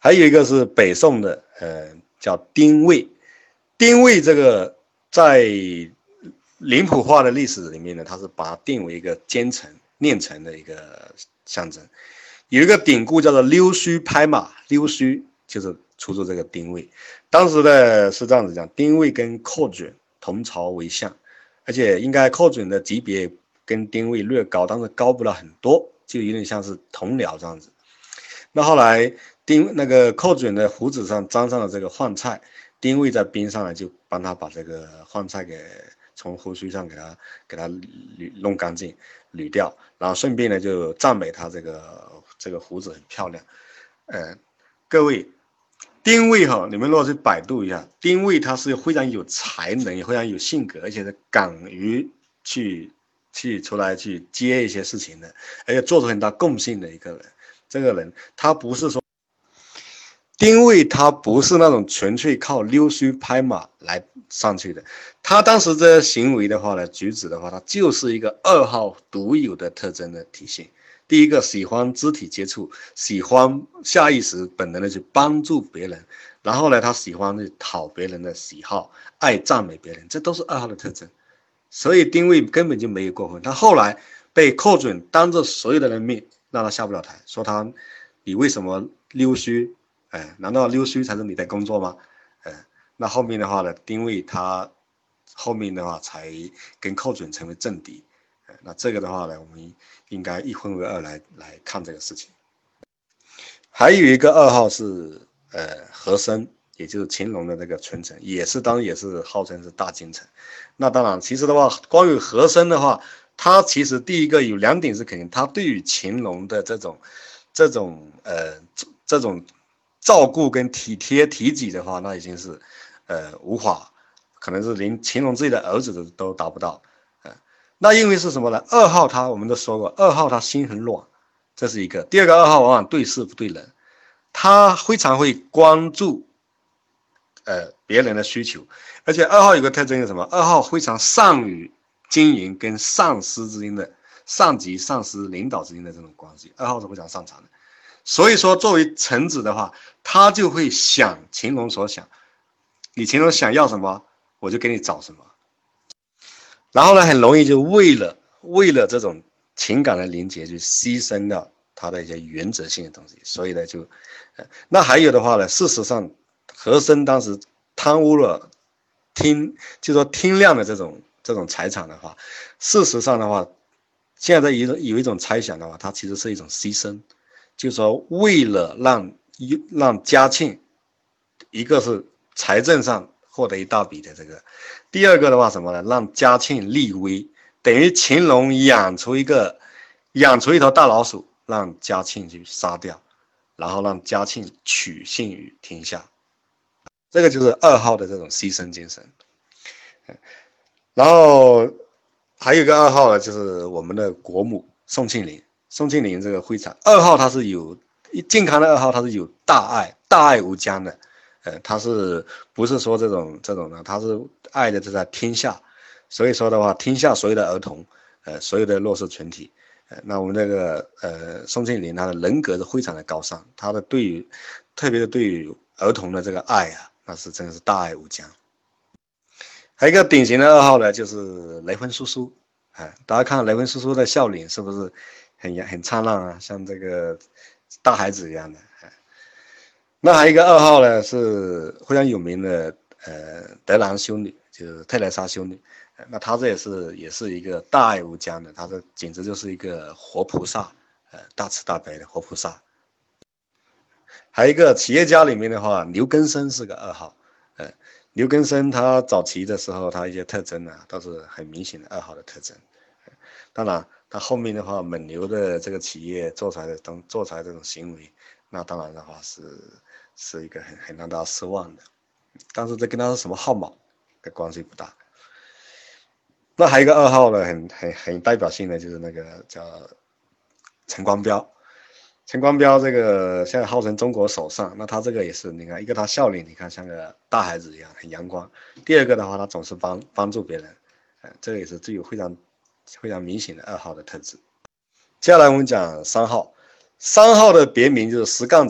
还有一个是北宋的，叫丁谓。丁谓这个在脸谱化的历史里面呢，它是把它定为一个奸臣、佞臣的一个象征。有一个典故叫做溜须拍马，溜须就是出自这个丁谓。当时呢是这样子讲，丁谓跟寇准同朝为相，而且应该寇准的级别跟丁谓略高，但是高不了很多，就有点像是同僚这样子。那后来那个寇准的胡子上沾上了这个饭菜，丁谓在边上呢就帮他把这个饭菜给从胡须上给他弄干净捋掉，然后顺便呢就赞美他这个胡子很漂亮。各位，丁谓哈，你们如果去百度一下，丁谓他是非常有才能，也非常有性格，而且是敢于去出来去接一些事情的，而且做出很大贡献的一个人。这个人他不是说丁谓，他不是那种纯粹靠溜须拍马来上去的，他当时这些行为的话呢，举止的话，他就是一个2号独有的特征的体现。第一个，喜欢肢体接触，喜欢下意识本能的去帮助别人，然后呢，他喜欢去讨别人的喜好，爱赞美别人，这都是2号的特征。所以丁谓根本就没有过分，他后来被寇准当着所有的人面让他下不了台，说你为什么溜须？难道溜须才是你的工作吗？那后面的话呢，丁谓他后面的话才跟寇准成为政敌。那这个的话呢，我们应该一分为二来看这个事情。还有一个2号是和珅，也就是乾隆的那个群臣，当然也是号称是大奸臣。那当然，其实的话，关于和珅的话，他其实第一个有2点是肯定，他对于乾隆的这种照顾跟体贴体己的话，那已经是无法，可能是连乾隆自己的儿子都达不到。那因为是什么呢？2号我们都说过，2号他心很软，这是一个。第二个，2号往往对事不对人，他非常会关注别人的需求，而且2号有个特征是什么？2号非常善于经营跟上司之间的上级、上司、领导之间的这种关系，2号是非常擅长的。所以说，作为臣子的话，他就会想乾隆所想，你乾隆想要什么，我就给你找什么。然后呢，很容易就为了这种情感的连接，就牺牲掉他的一些原则性的东西。所以呢，那还有的话呢，事实上，和珅当时贪污了就说天亮的这种财产的话，事实上的话，现在有一种猜想的话，它其实是一种牺牲，就是说为了让嘉庆，一个是财政上获得一大笔的这个，第二个的话什么呢？让嘉庆立威，等于乾隆养出一头大老鼠，让嘉庆去杀掉，然后让嘉庆取信于天下。这个就是2号的这种牺牲精神。然后还有一个2号呢，就是我们的国母宋庆龄。宋庆龄这个非常，2号他是有健康的2号，他是有大爱无疆的。他是不是说这种呢？他是爱的是在天下，所以说的话，天下所有的儿童，所有的弱势群体，那我们这个宋庆龄他的人格是非常的高尚，他的特别的对于儿童的这个爱啊，那是真的是大爱无疆。还有一个典型的2号呢，就是雷锋叔叔，大家看雷锋叔叔的笑脸是不是很灿烂啊？像这个大孩子一样的。那还有一个2号呢，是非常有名的德兰修女，就是特蕾莎修女。那她这也是一个大爱无疆的，她这简直就是一个活菩萨，大慈大悲的活菩萨。还有一个企业家里面的话，刘根生是个2号。刘根生他早期的时候，他一些特征呢，都是很明显的2号的特征。当然，他后面的话，蒙牛的这个企业做出来这种行为，那当然的话是一个很让大家失望的。但是这跟他是什么号码的关系不大。那还有一个2号呢，很代表性的就是那个叫陈光标。陈光标这个现在号称中国首相，那他这个也是，你看一个他笑脸，你看像个大孩子一样很阳光；第二个的话，他总是帮助别人，这个也是具有非常明显的2号的特质。接下来我们讲3号，3号的别名就是实干者，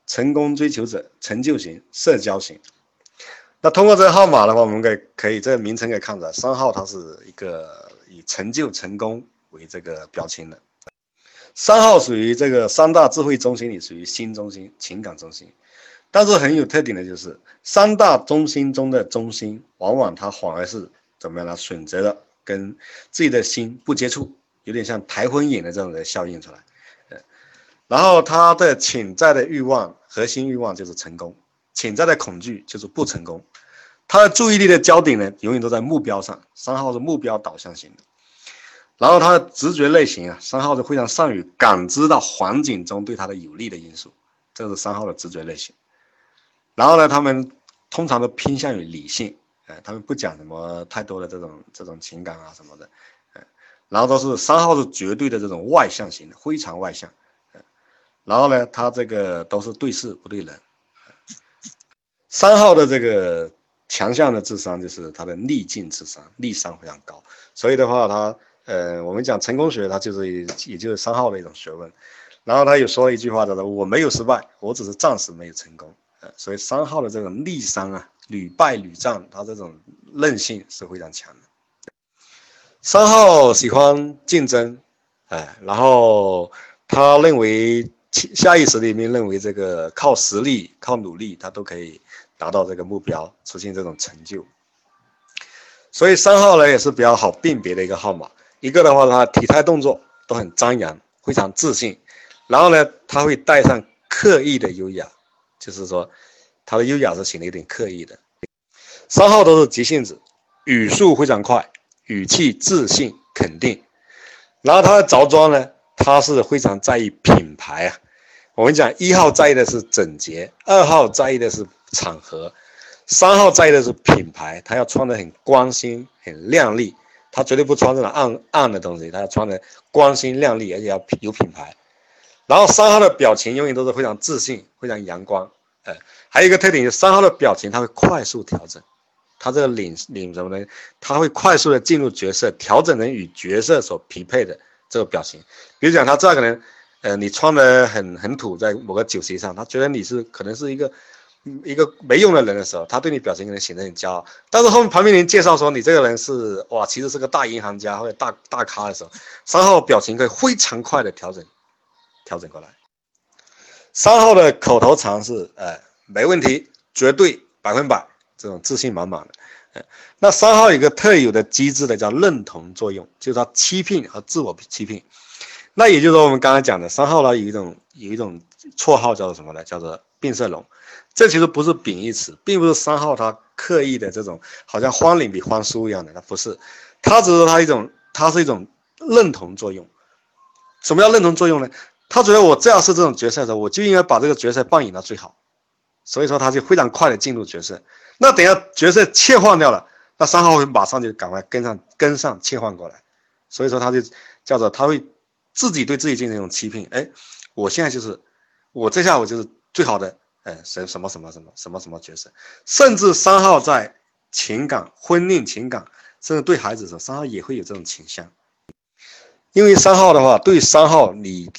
成功追求者、成就型、社交型。那通过这个号码的话，我们可以这个名称可以看出来，3号它是一个以成就、成功为这个标签的。3号属于这个3大智慧中心里属于心中心、情感中心，但是很有特点的就是3大中心中的中心，往往它反而是怎么样呢？选择了跟自己的心不接触，有点像台风眼的这种的效应出来。然后他的潜在的欲望，核心欲望就是成功，潜在的恐惧就是不成功。他的注意力的焦点呢，永远都在目标上。3号是目标导向型的。然后他的直觉类型啊，3号是非常善于感知到环境中对他的有利的因素，这是3号的直觉类型。然后呢，他们通常都偏向于理性，他们不讲什么太多的这种情感啊什么的，然后都是3号是绝对的这种外向型的，非常外向。然后呢，他这个都是对事不对人。3号的这个强项的智商就是他的逆境智商，逆商非常高。所以的话，他我们讲成功学，它也就是3号的一种学问。然后他有说了一句话叫做“我没有失败，我只是暂时没有成功”。所以3号的这种逆商啊，屡败屡战，他这种韧性是非常强的。3号喜欢竞争，然后他认为下意识里面认为这个靠实力、靠努力，他都可以达到这个目标，实现这种成就。所以3号呢也是比较好辨别的一个号码。一个的话，他体态动作都很张扬，非常自信。然后呢，他会带上刻意的优雅，就是说他的优雅是显得有点刻意的。3号都是急性子，语速非常快，语气自信肯定。然后他的着装呢，他是非常在意品牌啊。我们讲1号在意的是整洁，2号在意的是场合，3号在意的是品牌，他要穿得很光鲜、很亮丽，他绝对不穿这种暗的东西，他要穿得光鲜亮丽，而且要有品牌。然后3号的表情永远都是非常自信、非常阳光。还有一个特点就是3号的表情他会快速调整，他这个领什么呢？他会快速的进入角色，调整成与角色所匹配的这个表情。比如讲他这个人。你穿得很土，在某个酒席上，他觉得你可能是一个没用的人的时候，他对你表情可能显得很骄傲。但是后面旁边人介绍说你这个人是其实是个大银行家或者大咖的时候，3号表情可以非常快的调整过来。3号的口头禅是没问题，绝对100%，这种自信满满的。那3号有一个特有的机制的叫认同作用，就是他欺骗和自我欺骗。那也就是说，我们刚才讲的3号呢，有一种绰号叫做什么呢？叫做变色龙。这其实不是贬义词，并不是3号他刻意的这种好像欢脸比欢输一样的，他不是，他只是它是一种认同作用。什么叫认同作用呢？他觉得我这样是这种角色的时候，我就应该把这个角色扮演到最好，所以说他就非常快的进入角色。那等下角色切换掉了，那3号会马上就赶快跟上切换过来，所以说他就叫做他会自己对自己进行一种欺骗。我现在就是我这下我就是最好的什么角色。甚至3号在情感、婚恋情感，甚至对孩子的时候，3号也会有这种倾向。因为3号的话，对3号你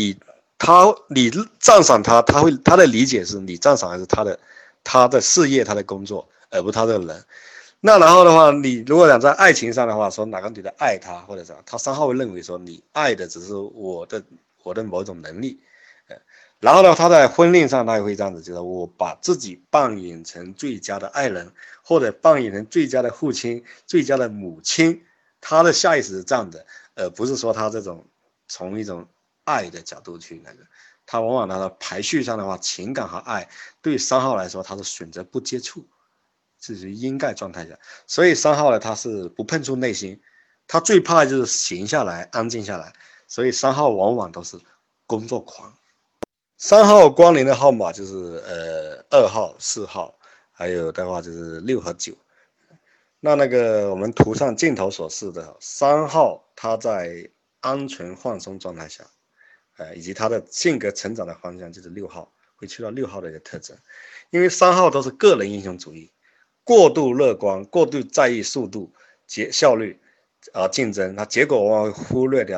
赞赏他的理解是你赞赏还是他的事业、他的工作，而不是他这个人。那然后的话，你如果讲在爱情上的话，说哪个女的爱他，或者什么，他3号会认为说你爱的只是我的某种能力。然后呢，他在婚恋上他也会这样子，就是我把自己扮演成最佳的爱人，或者扮演成最佳的父亲、最佳的母亲，他的下意识是这样的，不是说他这种从一种爱的角度去那个，他往往他的排序上的话，情感和爱对3号来说，他是选择不接触，是属于应该状态下。所以3号呢，他是不碰触内心，他最怕就是闲下来、安静下来，所以3号往往都是工作狂。3号光临的号码就是2号、4号，还有的话就是6和9。那个我们图上箭头所示的3号，他在安全放松状态下，以及他的性格成长的方向就是6号，会去到6号的一个特征。因为3号都是个人英雄主义，过度乐观，过度在意速度、效率竞争，他结果往往会忽略掉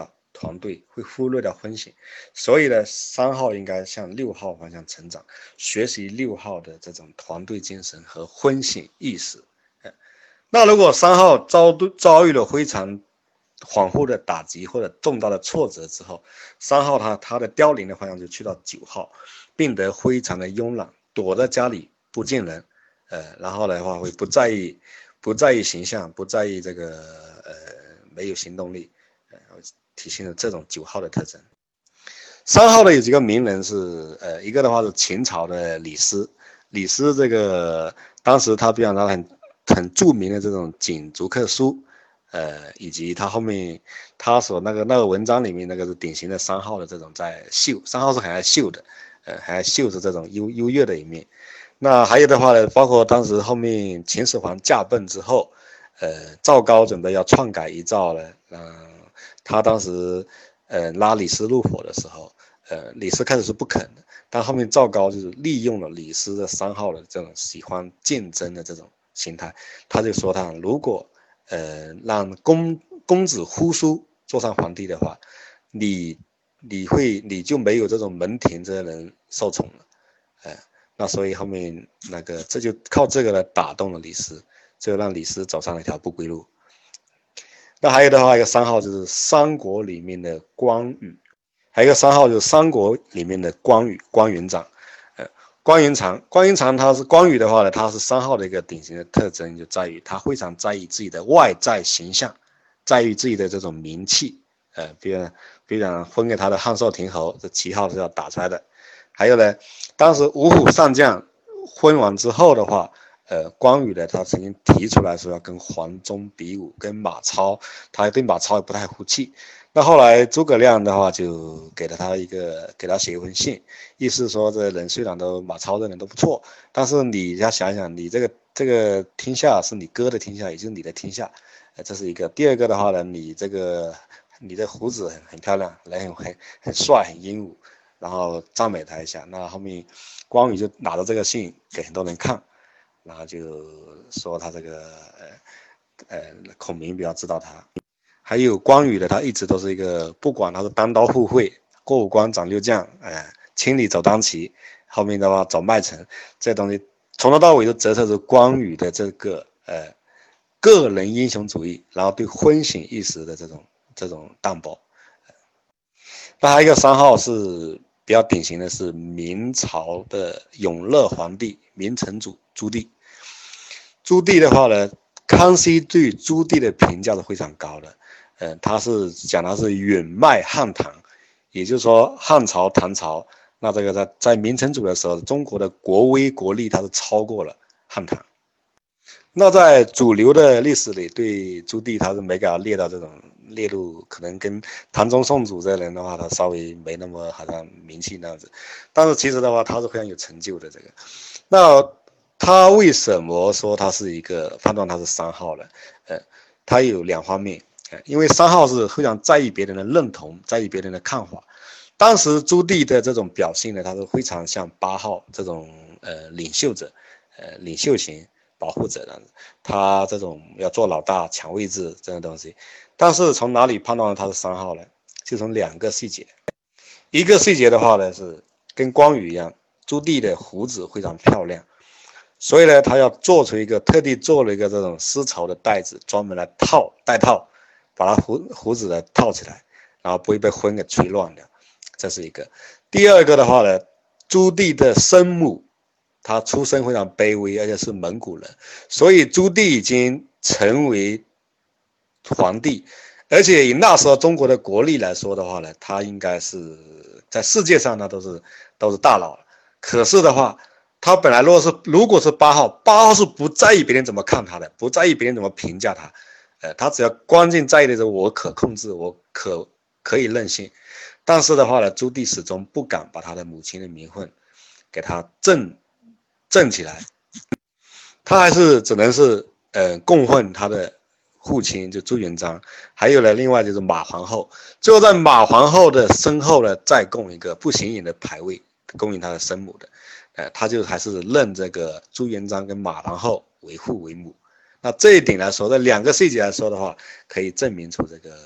团队，会忽略掉婚醒，所以呢，3号应该向6号方向成长，学习6号的这种团队精神和婚醒意识。那如果3号遭遇了非常恍惚的打击或者重大的挫折之后，3号他的凋零的方向就去到9号，变得非常的慵懒，躲在家里不见人，然后的话会不在意形象，不在意这个没有行动力，体现了这种9号的特征。3号的有几个名人是一个的话是秦朝的李斯，李斯这个当时他比方说很著名的这种锦竹客书，以及他后面他所那个文章里面那个是典型的3号的这种在秀，3号是很爱秀的，还爱秀着这种优越的一面。那还有的话呢，包括当时后面秦始皇驾崩之后，赵高准备要篡改遗诏了，他当时拉李斯入伙的时候，李斯开始是不肯的，但后面赵高就是利用了李斯的3号的这种喜欢竞争的这种心态，他就说他如果让公子忽叔坐上皇帝的话，你就没有这种门庭这些人受宠了，那所以后面这就靠这个来打动了李斯，就让李斯走上了一条不归路。那还有的话，一个3号就是三国里面的关羽，还有一个3号就是三国里面的关羽，关云长。关云长他是关羽的话呢，他是3号的一个典型的特征，就在于他非常在意自己的外在形象，在意自己的这种名气，比如分给他的汉寿亭侯，这旗号是要打出来的。还有呢，当时五虎上将分完之后的话，关羽呢，他曾经提出来说要跟黄忠比武，跟马超，他对马超也不太服气。那后来诸葛亮的话就给他写一封信，意思说这人虽然马超这人都不错，但是你要想想，你这个天下是你哥的天下，也就是你的天下，这是一个。第二个的话呢，你的胡子很漂亮，人很帅，很英武，然后赞美他一下。那后面关羽就拿着这个信给很多人看，然后就说他这个孔明比较知道他。还有关羽的，他一直都是一个，不管他是单刀赴会、过五关斩六将，千里走单骑，后面的话走麦城，这东西从头到尾都折射出关羽的这个个人英雄主义，然后对婚醒意识的这种淡薄。那还有一个3号是比较典型的是明朝的永乐皇帝明成祖朱棣。朱棣的话呢，康熙对朱棣的评价是非常高的。他是讲他是远迈汉唐，也就是说汉朝、唐朝，那这个在明成祖的时候，中国的国威国力他是超过了汉唐。那在主流的历史里，对朱棣他是没给他列入，可能跟唐宗宋祖这人的话，他稍微没那么好像名气那样子，但是其实的话，他是非常有成就的这个。那他为什么说他是一个判断他是3号呢？他有2方面。因为3号是非常在意别人的认同，在意别人的看法。当时朱棣的这种表现呢，他是非常像8号这种领袖者，领袖型保护者这样子。他这种要做老大、抢位置这样的东西。但是从哪里判断他是3号呢？就从2个细节。一个细节的话呢，是跟关羽一样，朱棣的胡子非常漂亮，所以呢，他要特地做了一个这种丝绸的带子，专门来带套。把他胡子呢套起来，然后不会被风给吹乱掉，这是一个。第二个的话呢，朱棣的生母，他出身非常卑微，而且是蒙古人，所以朱棣已经成为皇帝，而且以那时候中国的国力来说的话呢，他应该是在世界上呢都是大佬了。可是的话，他本来如果是8号是不在意别人怎么看他的，不在意别人怎么评价他。他只要关键在意的是我可控制，我可以任性。但是的话呢，朱棣始终不敢把他的母亲的名分给他正起来，他还是只能是供奉他的父亲就朱元璋，还有呢另外就是马皇后，最后在马皇后的身后呢再供一个不显眼的牌位，供应他的生母的，他就还是认这个朱元璋跟马皇后为父为母。那这一点来说，这2个细节来说的话，可以证明出这个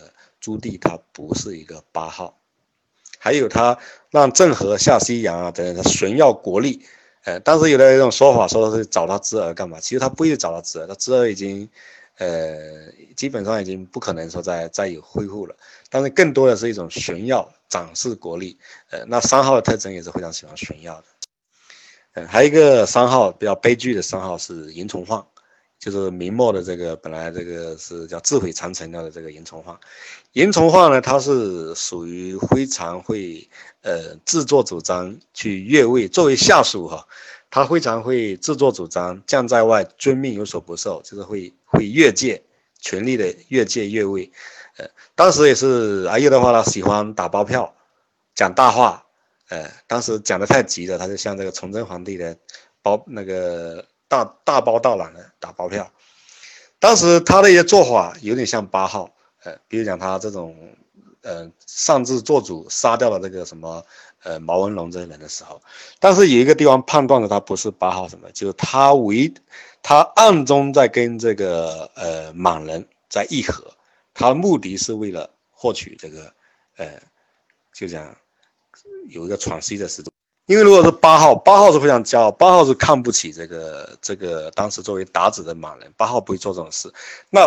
朱棣他不是一个8号。还有他让郑和下西洋啊等等，他炫耀国力。当时有的一种说法说的是找他侄儿干嘛？其实他不一定找他侄儿，他侄儿已经基本上已经不可能说再有恢复了。但是更多的是一种炫耀展示国力。那3号的特征也是非常喜欢炫耀的。还有一个3号比较悲剧的3号是嬴崇焕，就是明末的这个本来这个是叫自毁长城的这个嬴崇焕。嬴崇焕呢，他是属于非常会自作主张去越位，作为下属哈，他非常会自作主张，将在外，遵命有所不受，就是会越界，权力的越界越位。当时也是还有的话呢，喜欢打包票，讲大话。当时讲的太急了，他就像这个崇祯皇帝的那个大包大揽的打包票。当时他的一些做法有点像8号。比如讲他这种擅自做主杀掉了这个什么毛文龙这些人的时候，但是有一个地方判断了他不是8号什么，就是他暗中在跟这个满人在议和，他的目的是为了获取这个就讲有一个喘息的时间。因为如果是8号，8号是非常骄傲，8号是看不起这个当时作为鞑子的满人，8号不会做这种事。那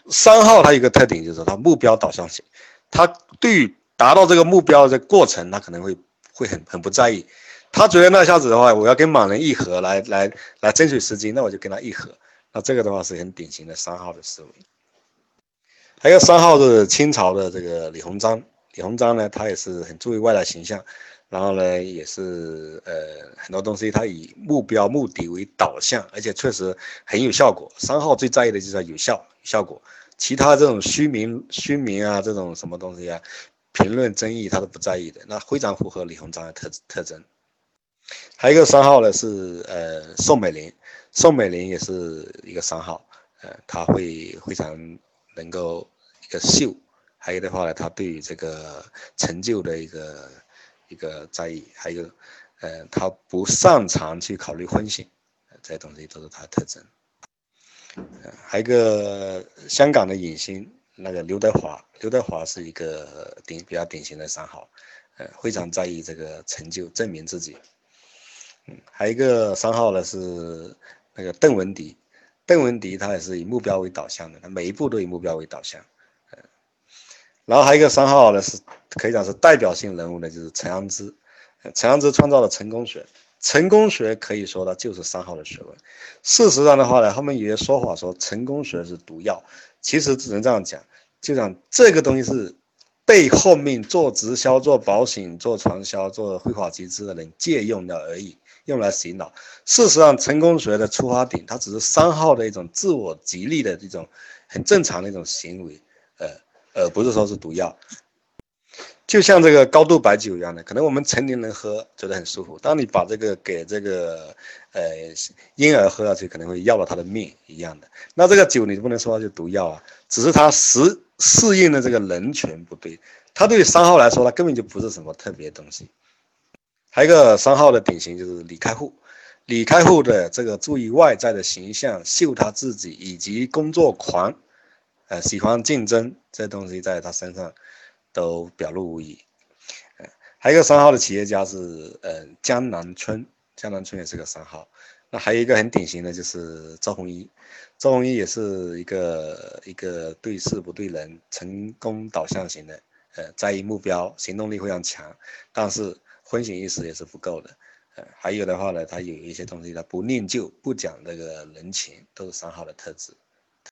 3号他有一个特点就是他目标导向型，他对于达到这个目标的过程，他可能会很不在意。他觉得那下子的话，我要跟满人议和来争取时机，那我就跟他议和。那这个的话是很典型的3号的思维。还有3号是清朝的这个李鸿章，李鸿章呢，他也是很注意外来形象。然后呢，也是很多东西他以目标目的为导向，而且确实很有效果。3号最在意的就是有效果，其他这种虚名啊，这种什么东西啊，评论争议他都不在意的，那非常符合李鸿章的特征。还有一个3号呢是宋美龄，宋美龄也是一个3号，他会非常能够一个秀，还有的话呢，他对于这个成就的一个在意，还有他不擅长去考虑风险，这些东西都是他的特征。还有一个香港的影星那个刘德华，刘德华是一个比较典型的3号，非常在意这个成就，证明自己。还有一个3号呢是那个邓文迪，邓文迪他也是以目标为导向的，他每一步都以目标为导向。然后还有一个3号呢是可以讲是代表性人物的，就是陈安之。陈安之创造了成功学，成功学可以说它就是3号的学问。事实上的话呢，他们有些说法说成功学是毒药，其实只能这样讲，就讲这个东西是被后面做直销、做保险、做传销、做非法集资的人借用的而已，用来洗脑。事实上，成功学的出发点，它只是3号的一种自我激励的一种很正常的一种行为，而不是说是毒药。就像这个高度白酒一样的，可能我们成年人喝觉得很舒服，当你把这个给这个婴儿喝下去，可能会要了他的命一样的。那这个酒你不能说它是毒药啊，只是它适应的这个人群不对，它对3号来说，它根本就不是什么特别的东西。还有一个3号的典型就是李开复，李开复的这个注意外在的形象，秀他自己，以及工作狂，喜欢竞争，这东西在他身上都表露无遗。还有一个3号的企业家是江南春，江南春也是个3号。那还有一个很典型的就是周鸿祎，周鸿祎也是一个对事不对人，成功导向型的，在意目标，行动力非常强，但是风险意识也是不够的。还有的话呢，他有一些东西他不念旧，不讲这个人情，都是3号的特质。